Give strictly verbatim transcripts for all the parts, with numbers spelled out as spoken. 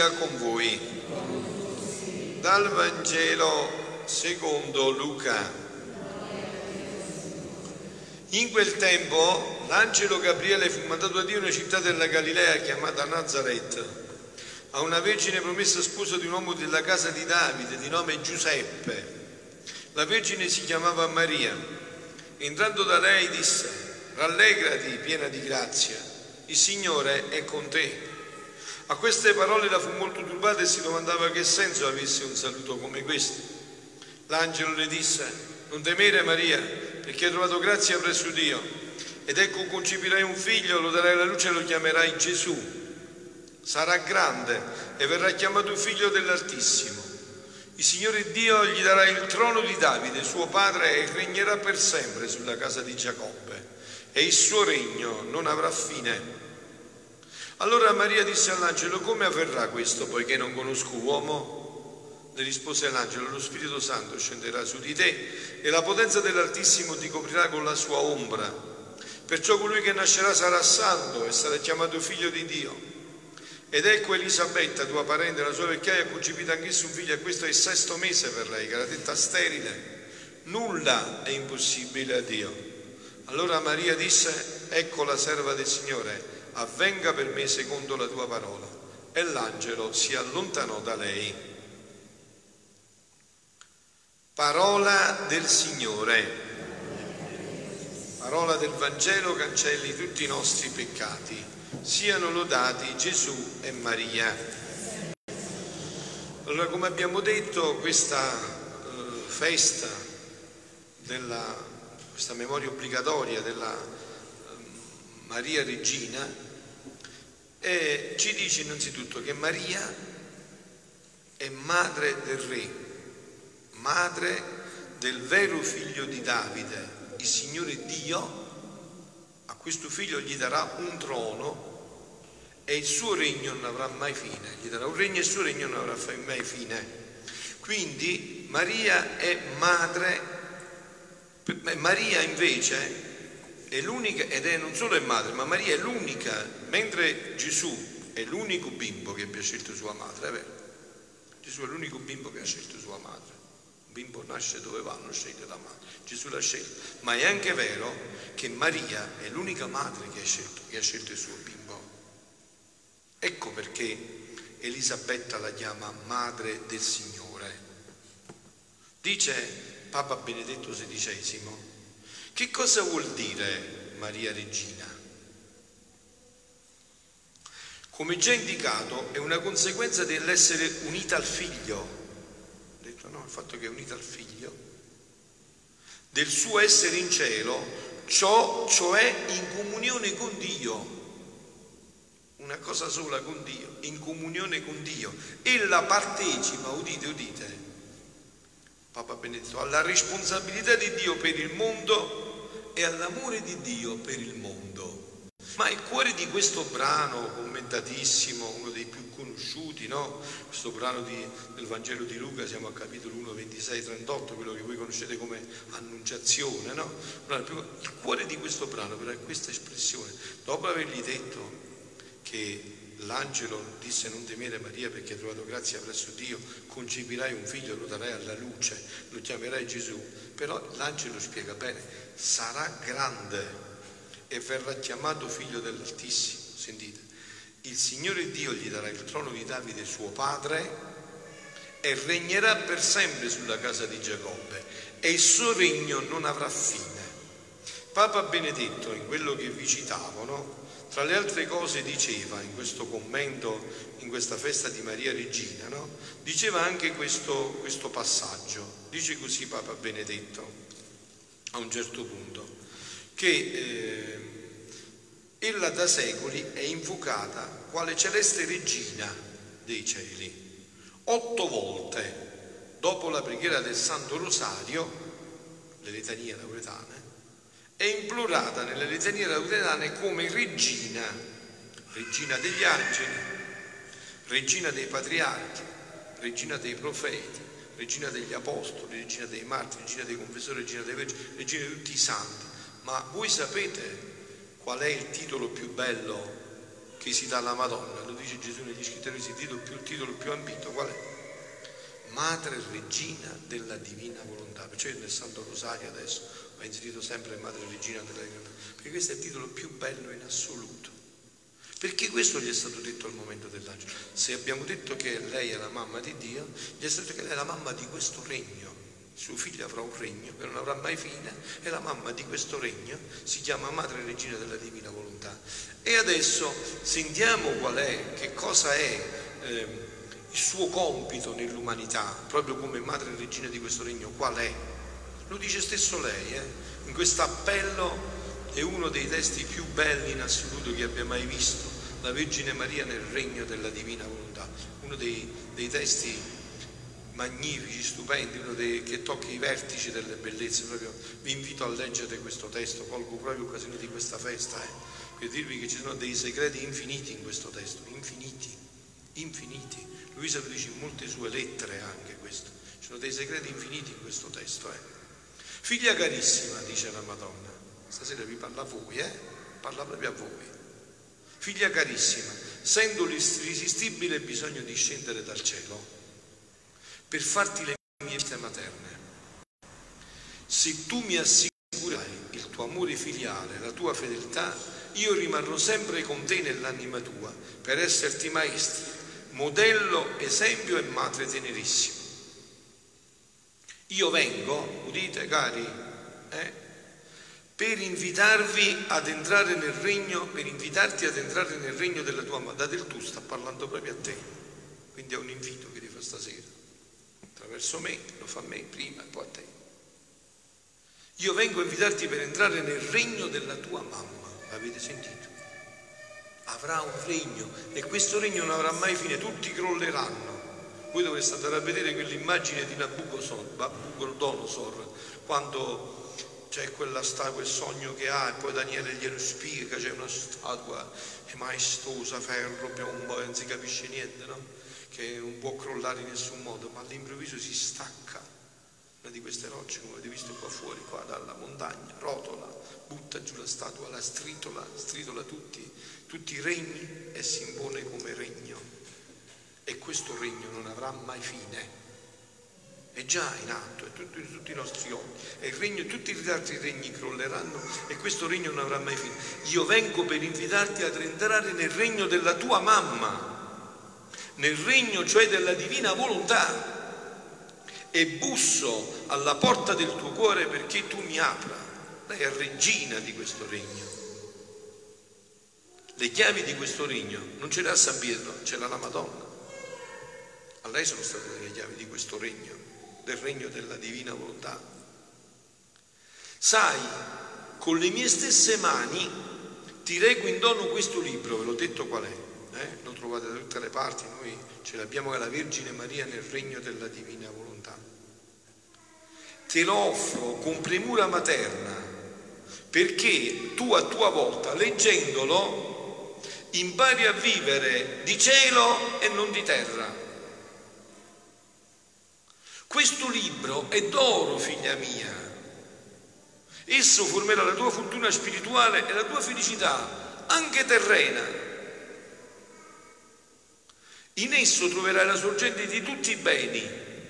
sia con voi. Dal Vangelo secondo Luca. In quel tempo l'angelo Gabriele fu mandato da Dio in una città della Galilea chiamata Nazaret, a una vergine promessa sposa di un uomo della casa di Davide di nome Giuseppe. La vergine si chiamava Maria. Entrando da lei disse: rallegrati, piena di grazia, il Signore è con te. A queste parole la fu molto turbata e si domandava che senso avesse un saluto come questo. L'angelo le disse: non temere Maria, perché hai trovato grazia presso Dio, ed ecco concepirai un figlio, lo darai alla luce e lo chiamerai Gesù. Sarà grande e verrà chiamato figlio dell'Altissimo. Il Signore Dio gli darà il trono di Davide, suo padre, e regnerà per sempre sulla casa di Giacobbe, e il suo regno non avrà fine. Allora Maria disse all'angelo: come avverrà questo, poiché non conosco uomo? Le rispose l'angelo: lo Spirito Santo scenderà su di te e la potenza dell'Altissimo ti coprirà con la sua ombra. Perciò colui che nascerà sarà santo e sarà chiamato figlio di Dio. Ed ecco Elisabetta, tua parente, la sua vecchiaia, ha concepito anch'essa un figlio, e questo è il sesto mese per lei, che era detta sterile. Nulla è impossibile a Dio. Allora Maria disse: ecco la serva del Signore, avvenga per me secondo la tua parola. E l'angelo si allontanò da lei. Parola del Signore. Parola del Vangelo cancelli tutti i nostri peccati. Siano lodati Gesù e Maria. Allora, come abbiamo detto, questa eh, festa della questa memoria obbligatoria della eh, Maria Regina eh, ci dice innanzitutto che Maria è madre del Re, madre del vero figlio di Davide. Il Signore Dio a questo figlio gli darà un trono e il suo regno non avrà mai fine. Gli darà un regno e il suo regno non avrà mai fine. Quindi Maria è madre. Maria invece è l'unica, ed è non solo è madre, ma Maria è l'unica, mentre Gesù è l'unico bimbo che abbia scelto sua madre, è vero? Gesù è l'unico bimbo che ha scelto sua madre. Un bimbo nasce dove va, non sceglie la madre. Gesù l'ha scelto. Ma è anche vero che Maria è l'unica madre che ha scelto, che ha scelto il suo bimbo. Ecco perché Elisabetta la chiama madre del Signore. Dice Papa Benedetto sedicesimo, che cosa vuol dire Maria Regina? Come già indicato, è una conseguenza dell'essere unita al Figlio. Ho detto no, il fatto che è unita al Figlio, del suo essere in cielo, ciò, cioè in comunione con Dio. Una cosa sola con Dio, in comunione con Dio. Ella partecipa, udite, udite, Papa Benedetto, alla responsabilità di Dio per il mondo e all'amore di Dio per il mondo. Ma il cuore di questo brano commentatissimo, uno dei più conosciuti, no? Questo brano di, del Vangelo di Luca, siamo al capitolo uno, ventisei trentotto, quello che voi conoscete come Annunciazione, no? Il cuore di questo brano però è questa espressione. Dopo avergli detto che l'angelo disse: non temere Maria, perché hai trovato grazia presso Dio, concepirai un figlio, lo darai alla luce, lo chiamerai Gesù. Però l'angelo spiega bene: sarà grande e verrà chiamato figlio dell'Altissimo. Sentite, il Signore Dio gli darà il trono di Davide suo padre e regnerà per sempre sulla casa di Giacobbe, e il suo regno non avrà fine. Papa Benedetto, in quello che vi citavo, no? Tra le altre cose diceva in questo commento, in questa festa di Maria Regina, no? Diceva anche questo, questo passaggio. Dice così Papa Benedetto a un certo punto, che eh, ella da secoli è invocata quale celeste regina dei cieli. Otto volte dopo la preghiera del Santo Rosario, le litanie lauretane, è implorata nelle litanie lauretane come regina, regina degli angeli, regina dei patriarchi, regina dei profeti, regina degli apostoli, regina dei martiri, regina dei confessori, regina dei vergini, regina di tutti i santi. Ma voi sapete qual è il titolo più bello che si dà alla Madonna, lo dice Gesù negli scrittori, il titolo più, il titolo più ambito, qual è? Madre Regina della Divina Volontà. Perciò io nel Santo Rosario adesso ho inserito sempre Madre Regina della Divina Volontà, perché questo è il titolo più bello in assoluto, perché questo gli è stato detto al momento dell'angelo. Se abbiamo detto che lei è la mamma di Dio, gli è stato detto che lei è la mamma di questo regno. Suo figlio avrà un regno che non avrà mai fine, e la mamma di questo regno si chiama Madre Regina della Divina Volontà. E adesso sentiamo qual è, che cosa è eh, il suo compito nell'umanità, proprio come Madre Regina di questo regno. Qual è? Lo dice stesso lei, eh? In questo appello è uno dei testi più belli in assoluto che abbia mai visto, la Vergine Maria nel regno della Divina Volontà, uno dei, dei testi magnifici, stupendi, uno dei, che tocca i vertici delle bellezze. Proprio vi invito a leggere questo testo, colgo proprio l'occasione di questa festa eh, per dirvi che ci sono dei segreti infiniti in questo testo, infiniti, infiniti. Luisa lo dice in molte sue lettere anche questo, ci sono dei segreti infiniti in questo testo. Eh. Figlia carissima, dice la Madonna, stasera vi parla a voi, eh? Parla proprio a voi. Figlia carissima, sento l'irresistibile bisogno di scendere dal cielo per farti le mie vite materne. Se tu mi assicurai il tuo amore filiale, la tua fedeltà, io rimarrò sempre con te nell'anima tua, per esserti maestra, modello, esempio e madre tenerissima. Io vengo, udite cari, eh, per invitarvi ad entrare nel regno, per invitarti ad entrare nel regno della tua madre. Da del tu sta parlando proprio a te, quindi è un invito che ti fa stasera. Attraverso me, lo fa a me prima e poi a te. Io vengo a invitarti per entrare nel regno della tua mamma. L'avete sentito? Avrà un regno, e questo regno non avrà mai fine, tutti crolleranno. Voi dovreste andare a vedere quell'immagine di Nabucodonosor, quando c'è quella sta, quel sogno che ha, e poi Daniele glielo spiega, c'è una statua maestosa, ferro, piombo, e non si capisce niente, no? Che non può crollare in nessun modo, ma all'improvviso si stacca una di queste rocce, come avete visto qua fuori, qua dalla montagna, rotola, butta giù la statua, la stritola, stritola tutti, tutti i regni e si impone come regno. E questo regno non avrà mai fine, è già in atto, è tutto in tutti i nostri occhi, e il regno, tutti gli altri regni crolleranno e questo regno non avrà mai fine. Io vengo per invitarti ad entrare nel regno della tua mamma, nel regno cioè della divina volontà, e busso alla porta del tuo cuore perché tu mi apra. Lei è regina di questo regno. Le chiavi di questo regno non ce l'ha San Pietro, ce l'ha la Madonna. A lei sono state le chiavi di questo regno, del regno della divina volontà. Sai, con le mie stesse mani ti rego in dono questo libro, ve l'ho detto qual è. Eh? Lo trovate da tutte le parti, noi ce l'abbiamo, che la Vergine Maria nel regno della divina volontà. Te lo offro con premura materna, perché tu a tua volta, leggendolo, impari a vivere di cielo e non di terra. Questo libro è d'oro, figlia mia. Esso formerà la tua fortuna spirituale e la tua felicità, anche terrena. In esso troverai la sorgente di tutti i beni.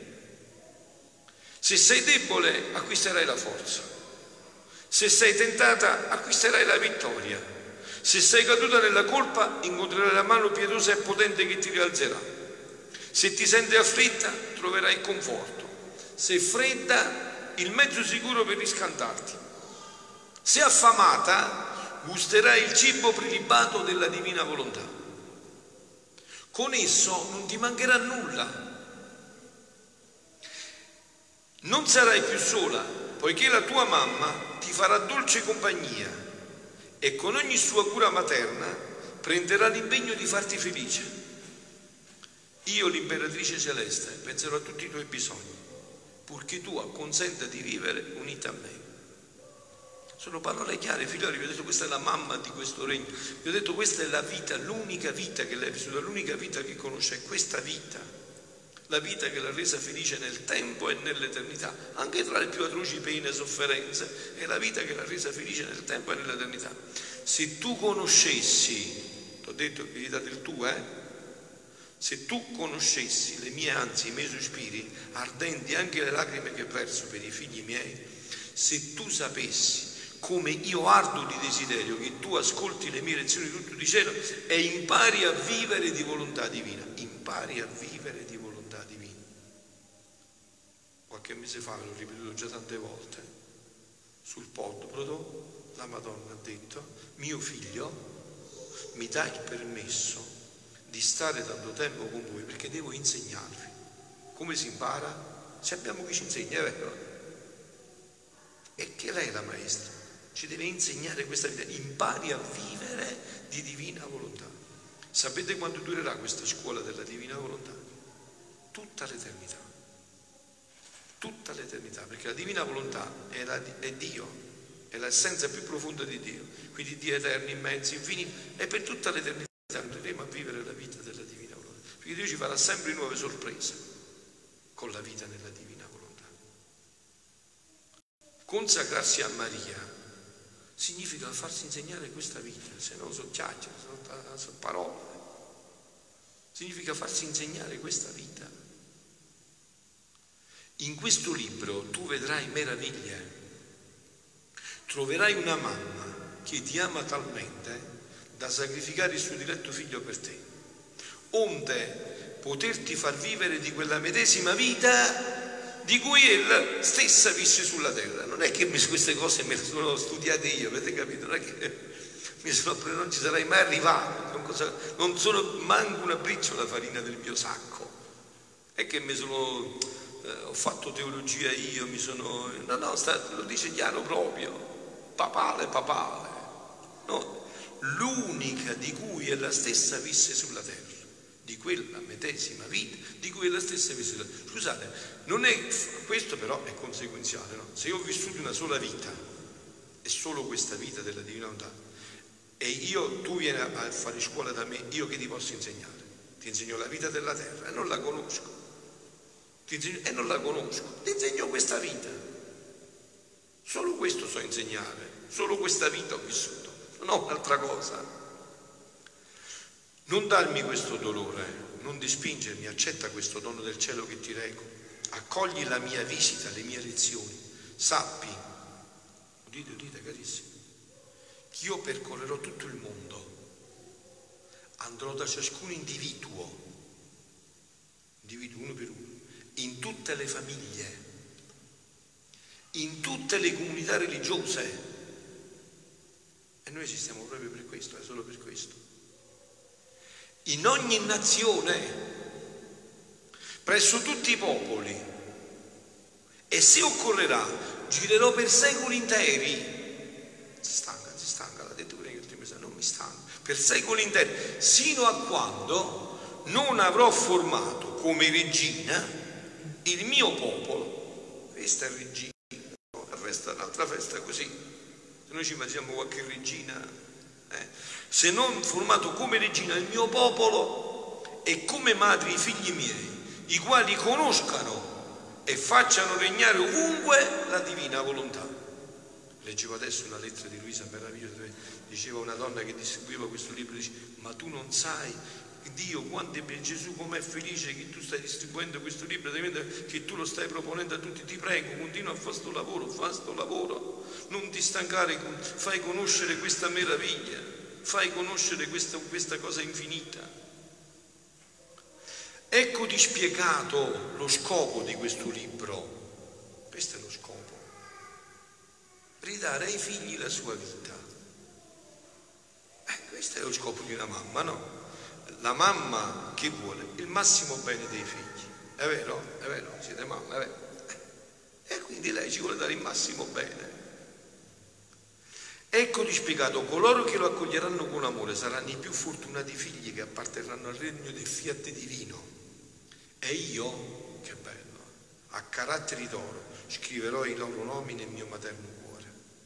Se sei debole, acquisterai la forza. Se sei tentata, acquisterai la vittoria. Se sei caduta nella colpa, incontrerai la mano pietosa e potente che ti rialzerà. Se ti senti afflitta, troverai conforto. Se fredda, il mezzo sicuro per riscaldarti. Se affamata, gusterai il cibo prelibato della divina volontà. Con esso non ti mancherà nulla. Non sarai più sola, poiché la tua mamma ti farà dolce compagnia e con ogni sua cura materna prenderà l'impegno di farti felice. Io, l'imperatrice celeste, penserò a tutti i tuoi bisogni, purché tu acconsenta di vivere unita a me. Sono parole chiare, figlioli, vi ho detto questa è la mamma di questo regno, vi ho detto questa è la vita, l'unica vita che lei ha vissuto, l'unica vita che conosce è questa vita, la vita che l'ha resa felice nel tempo e nell'eternità, anche tra le più atroci pene e sofferenze, è la vita che l'ha resa felice nel tempo e nell'eternità. Se tu conoscessi T'ho detto eredità del tuo, eh? Se tu conoscessi le mie ansie, i miei sospiri, ardenti anche le lacrime che verso per i figli miei, se tu sapessi come io ardo di desiderio che tu ascolti le mie lezioni tutto di cielo e impari a vivere di volontà divina, impari a vivere di volontà divina. Qualche mese fa, l'ho ripetuto già tante volte, sul poddoprodo, la Madonna ha detto: mio figlio, mi dai il permesso di stare tanto tempo con voi perché devo insegnarvi. Come si impara? Se abbiamo chi ci insegna, è vero? E che lei è la maestra, ci deve insegnare questa vita, impari a vivere di divina volontà. Sapete quanto durerà questa scuola della divina volontà? Tutta l'eternità, tutta l'eternità, perché la divina volontà è, la, è Dio, è l'essenza più profonda di Dio, quindi Dio eterno, immenso, infinito, e per tutta l'eternità andremo a vivere la vita della divina volontà, perché Dio ci farà sempre nuove sorprese con la vita nella divina volontà. Consacrarsi a Maria significa farsi insegnare questa vita, se non sono chiacchiere, sono, sono parole, significa farsi insegnare questa vita. In questo libro tu vedrai meraviglie, troverai una mamma che ti ama talmente da sacrificare il suo diletto figlio per te, onde poterti far vivere di quella medesima vita di cui ella stessa visse sulla terra. Non è che queste cose me le sono studiate io, avete capito? Non è che mi sono preso, non ci sarei mai arrivato, non, cosa, non sono manco una briciola farina del mio sacco. È che mi sono, eh, ho fatto teologia io, mi sono, no, no, sta, lo dice chiaro proprio, papale, papale, no? L'unica di cui ella stessa visse sulla terra, di quella medesima vita di cui ella stessa visse sulla terra. Scusate, non è, questo però è conseguenziale, no? Se io ho vissuto una sola vita, è solo questa vita della divina volontà, e io, tu vieni a fare scuola da me, io che ti posso insegnare? Ti insegno la vita della terra e non la conosco, ti insegno, e non la conosco, ti insegno questa vita, solo questo so insegnare, solo questa vita ho vissuto, non ho un'altra cosa. Non darmi questo dolore, non ti spingermi, accetta questo dono del cielo che ti reco, accogli la mia visita, le mie lezioni, sappi, udite, udite carissimi, che io percorrerò tutto il mondo, andrò da ciascun individuo, individuo uno per uno, in tutte le famiglie, in tutte le comunità religiose. E noi esistiamo proprio per questo, è solo per questo. In ogni nazione, presso tutti i popoli, e se occorrerà, girerò per secoli interi. Si stanca, si stanca, l'ha detto prima che non mi stanco, per secoli interi, sino a quando non avrò formato come regina il mio popolo. Questa è regina, una festa, un'altra festa così. Se noi ci immaginiamo qualche regina, eh, se non formato come regina il mio popolo e come madri i figli miei, i quali conoscano e facciano regnare ovunque la divina volontà. Leggevo adesso una lettera di Luisa meravigliosa, dove diceva una donna che distribuiva questo libro, dice: ma tu non sai Dio quanto è per Gesù, com'è felice che tu stai distribuendo questo libro, che tu lo stai proponendo a tutti. Ti prego, continua a fare sto lavoro, fa sto lavoro, non ti stancare, fai conoscere questa meraviglia, fai conoscere questa, questa cosa infinita. Eccoti spiegato lo scopo di questo libro. Questo è lo scopo: ridare ai figli la sua vita. Eh, questo è lo scopo di una mamma, no? La mamma che vuole il massimo bene dei figli, è vero? È vero? Siete mamma, è vero? E quindi lei ci vuole dare il massimo bene. Eccoti spiegato, coloro che lo accoglieranno con amore saranno i più fortunati figli che apparterranno al regno del fiat divino. E io, che bello, a caratteri d'oro scriverò i loro nomi nel mio materno cuore.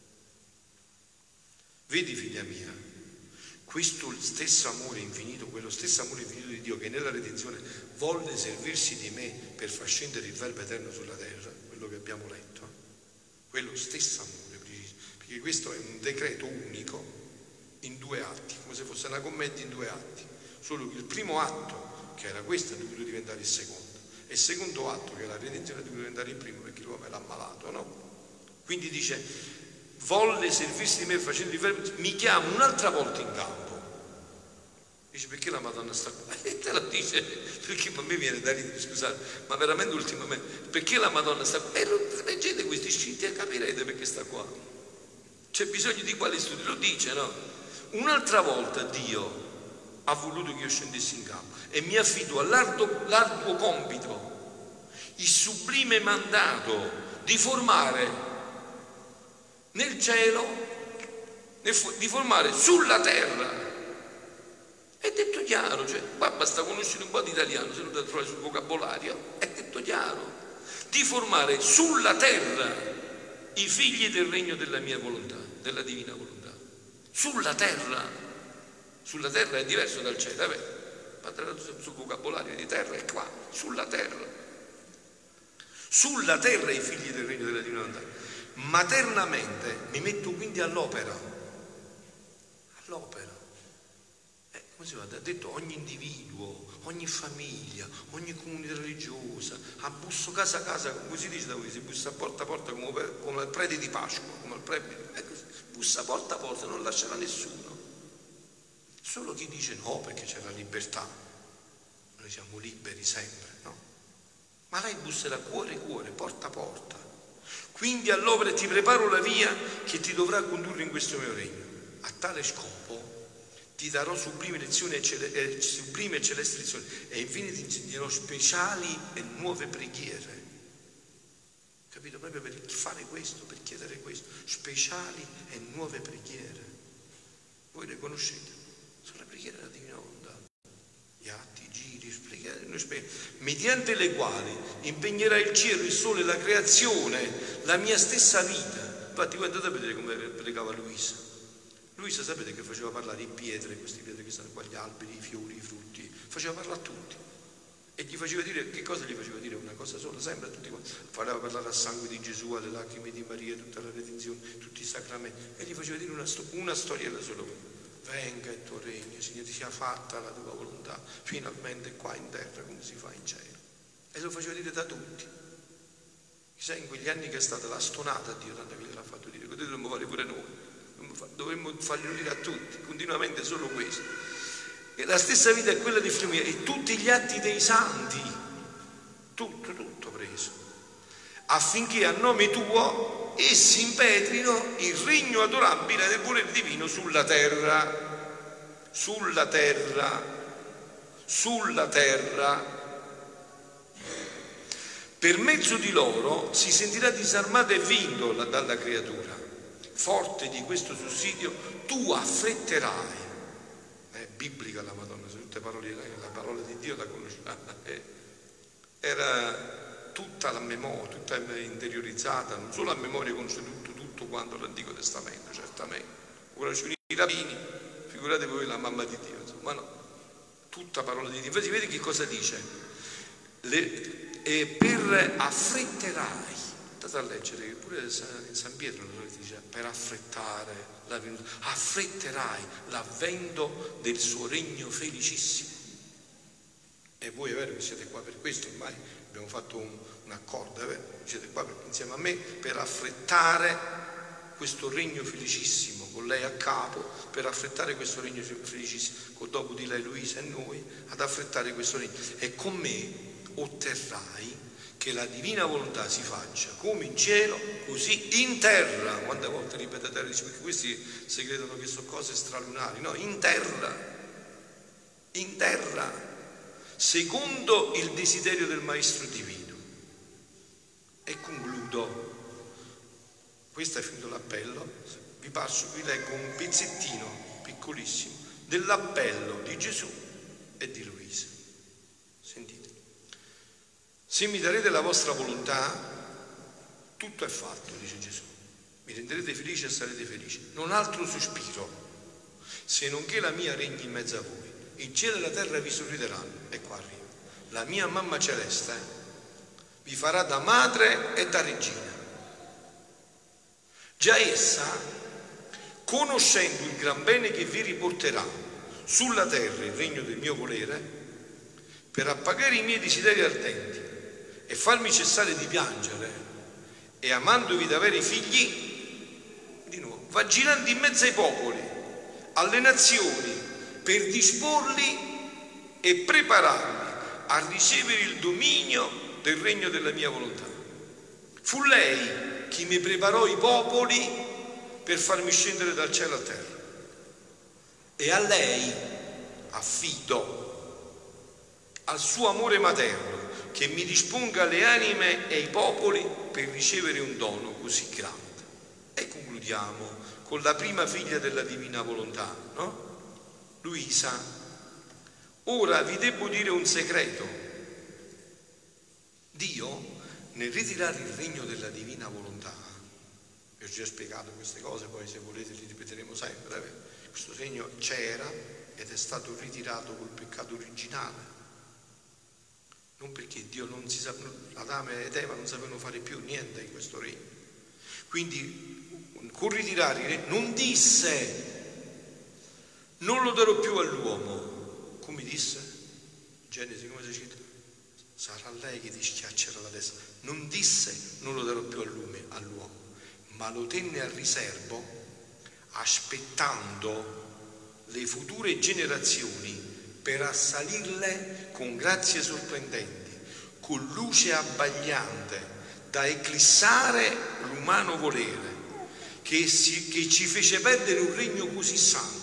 Vedi, figlia mia, questo stesso amore infinito, quello stesso amore infinito di Dio che nella redenzione volle servirsi di me per far scendere il Verbo eterno sulla terra, quello che abbiamo letto, quello stesso amore, perché questo è un decreto unico, in due atti, come se fosse una commedia in due atti, solo che il primo atto, che era questo, è dovuto diventare il secondo, e il secondo atto, che è la redenzione, è dovuto diventare il primo, perché l'uomo era ammalato, no? Quindi dice, volle servirsi di me facendo riferimento, mi chiamo un'altra volta in campo. Dice, perché la Madonna sta qua? E te la dice, perché a me viene da ridere, scusate, ma veramente ultimamente, perché la Madonna sta qua? E leggete questi scritti e capirete perché sta qua. C'è bisogno di quali studi, lo dice, no? Un'altra volta Dio ha voluto che io scendessi in campo e mi affido all'arduo, l'arduo compito, il sublime mandato di formare nel cielo, di formare sulla terra. È detto chiaro, cioè, qua basta conoscere un po' di italiano, se non da trovare sul vocabolario, è detto chiaro, di formare sulla terra i figli del regno della mia volontà, della divina volontà. Sulla terra, sulla terra è diverso dal cielo, vabbè, parlerò sul vocabolario di terra è qua, sulla terra. Sulla terra i figli del regno della divina volontà. Maternamente mi metto quindi all'opera, all'opera. Come si va? Ha detto ogni individuo, ogni famiglia, ogni comunità religiosa, a busso casa a casa, come si dice da voi, si bussa porta a porta come, per, come al prete di Pasqua, come al prete, ecco, bussa porta a porta, non lascerà nessuno. Solo chi dice no, perché c'è la libertà, noi siamo liberi sempre, no? Ma lei busserà cuore cuore, porta a porta. Quindi all'opera ti preparo la via che ti dovrà condurre in questo mio regno. A tale scopo ti darò sublime lezioni e sublime e celesti lezioni e infine ti insegnerò speciali e nuove preghiere. Capito? Proprio per fare questo, per chiedere questo, speciali e nuove preghiere. Voi le conoscete? Sono le preghiere della Divina Volontà. Gli atti, i giri, preghiere, mediante le quali impegnerà il cielo, il sole, la creazione, la mia stessa vita. Infatti voi andate a vedere come pregava Luisa. Luisa sapete che faceva parlare i pietre, queste pietre che stanno qua, gli alberi, i fiori, i frutti, faceva parlare a tutti. E gli faceva dire, che cosa gli faceva dire? Una cosa sola, sempre a tutti quanti. Faceva parlare al sangue di Gesù, alle lacrime di Maria, tutta la redenzione, tutti i sacramenti. E gli faceva dire una, una storiella solo. Venga il tuo regno, Signore, sia fatta la tua volontà, finalmente qua in terra come si fa in cielo. E lo faceva dire da tutti. Chissà in quegli anni che è stata la stonata a Dio, tanto che gliel'ha fatto dire, così dovremmo fare pure noi. Dovremmo farglielo dire a tutti, continuamente solo questo. E la stessa vita è quella di Figlio e tutti gli atti dei santi, tutto, tutto preso, affinché a nome tuo essi impetrino il regno adorabile del volere divino sulla terra, sulla terra, sulla terra. Per mezzo di loro si sentirà disarmato e vinto dalla creatura. Forte di questo sussidio, tu affretterai. È biblica la Madonna, sono tutte parole, la parola di Dio la conosciamo. Era tutta la memoria, tutta interiorizzata, non solo a memoria conosce tutto, tutto quanto l'Antico Testamento, certamente. Ora ci sono i rabbini, figurate voi la mamma di Dio, insomma, no, tutta parola di Dio. Infatti vedi che cosa dice? Le, e per affretterai. Andate a leggere che pure in San Pietro dice per affrettare la venuta, affretterai l'avvento del suo regno felicissimo. E voi è vero che siete qua per questo, ormai abbiamo fatto un, un accordo, è vero? Siete qua per, insieme a me per affrettare questo regno felicissimo, con lei a capo, per affrettare questo regno felicissimo, con dopo di lei Luisa e noi, ad affrettare questo regno. E con me otterrai che la divina volontà si faccia come in cielo, così in terra. Quante volte ripete terra? Dice, perché questi si credono che sono cose stralunari. No, in terra, in terra, secondo il desiderio del Maestro Divino. E concludo. Questo è finito l'appello. Vi passo, vi leggo un pezzettino piccolissimo dell'appello di Gesù e di Luisa. Sentite. Se mi darete la vostra volontà, tutto è fatto, dice Gesù. Mi renderete felici e sarete felici. Non altro sospiro, se non che la mia regni in mezzo a voi. Il cielo e la terra vi sorrideranno. E qua arriva. La mia mamma celeste vi farà da madre e da regina. Già essa conoscendo il gran bene che vi riporterà sulla terra il regno del mio volere, per appagare i miei desideri ardenti e farmi cessare di piangere, e amandovi da avere figli, di nuovo, va girando in mezzo ai popoli, alle nazioni, per disporli e prepararli a ricevere il dominio del regno della mia volontà. Fu lei chi mi preparò i popoli per farmi scendere dal cielo a terra, e a lei affido, al suo amore materno, che mi disponga le anime e i popoli per ricevere un dono così grande. E concludiamo con la prima figlia della divina volontà, no? Luisa. Ora vi devo dire un segreto. Dio, nel ritirare il regno della divina volontà, vi ho già spiegato queste cose, poi se volete li ripeteremo sempre, eh? Questo segno c'era ed è stato ritirato col peccato originale. Non perché Dio non si sapeva, Adamo ed Eva non sapevano fare più niente in questo regno. Quindi con ritirare il regno non disse non lo darò più all'uomo, come disse Genesi, come si cita? Sarà lei che ti schiaccerà la testa. Non disse non lo darò più all'uomo, ma lo tenne a riservo, aspettando le future generazioni per assalirle con grazie sorprendenti, con luce abbagliante da eclissare l'umano volere, che, si, che ci fece perdere un regno così santo,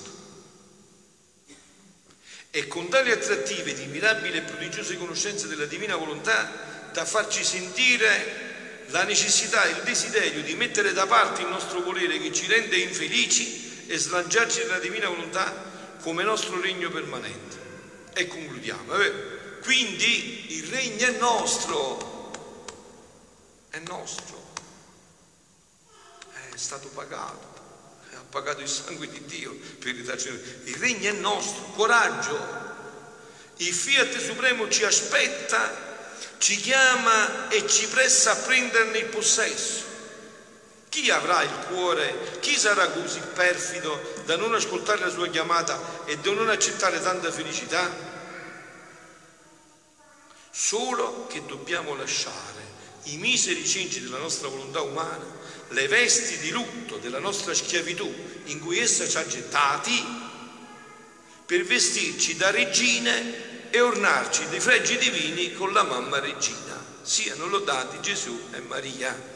e con tali attrattive di mirabili e prodigiose conoscenze della divina volontà da farci sentire la necessità e il desiderio di mettere da parte il nostro volere che ci rende infelici e slanciarci nella divina volontà come nostro regno permanente. E concludiamo. Quindi il regno è nostro, è nostro, è stato pagato. Ha pagato il sangue di Dio per ridarci. Il regno è nostro, coraggio. Il Fiat Supremo ci aspetta, ci chiama e ci pressa a prenderne il possesso. Chi avrà il cuore, chi sarà così perfido da non ascoltare la sua chiamata e da non accettare tanta felicità? Solo che dobbiamo lasciare i miseri cenci della nostra volontà umana, le vesti di lutto della nostra schiavitù in cui essa ci ha gettati, per vestirci da regine e ornarci dei fregi divini con la mamma regina. Siano lodati Gesù e Maria.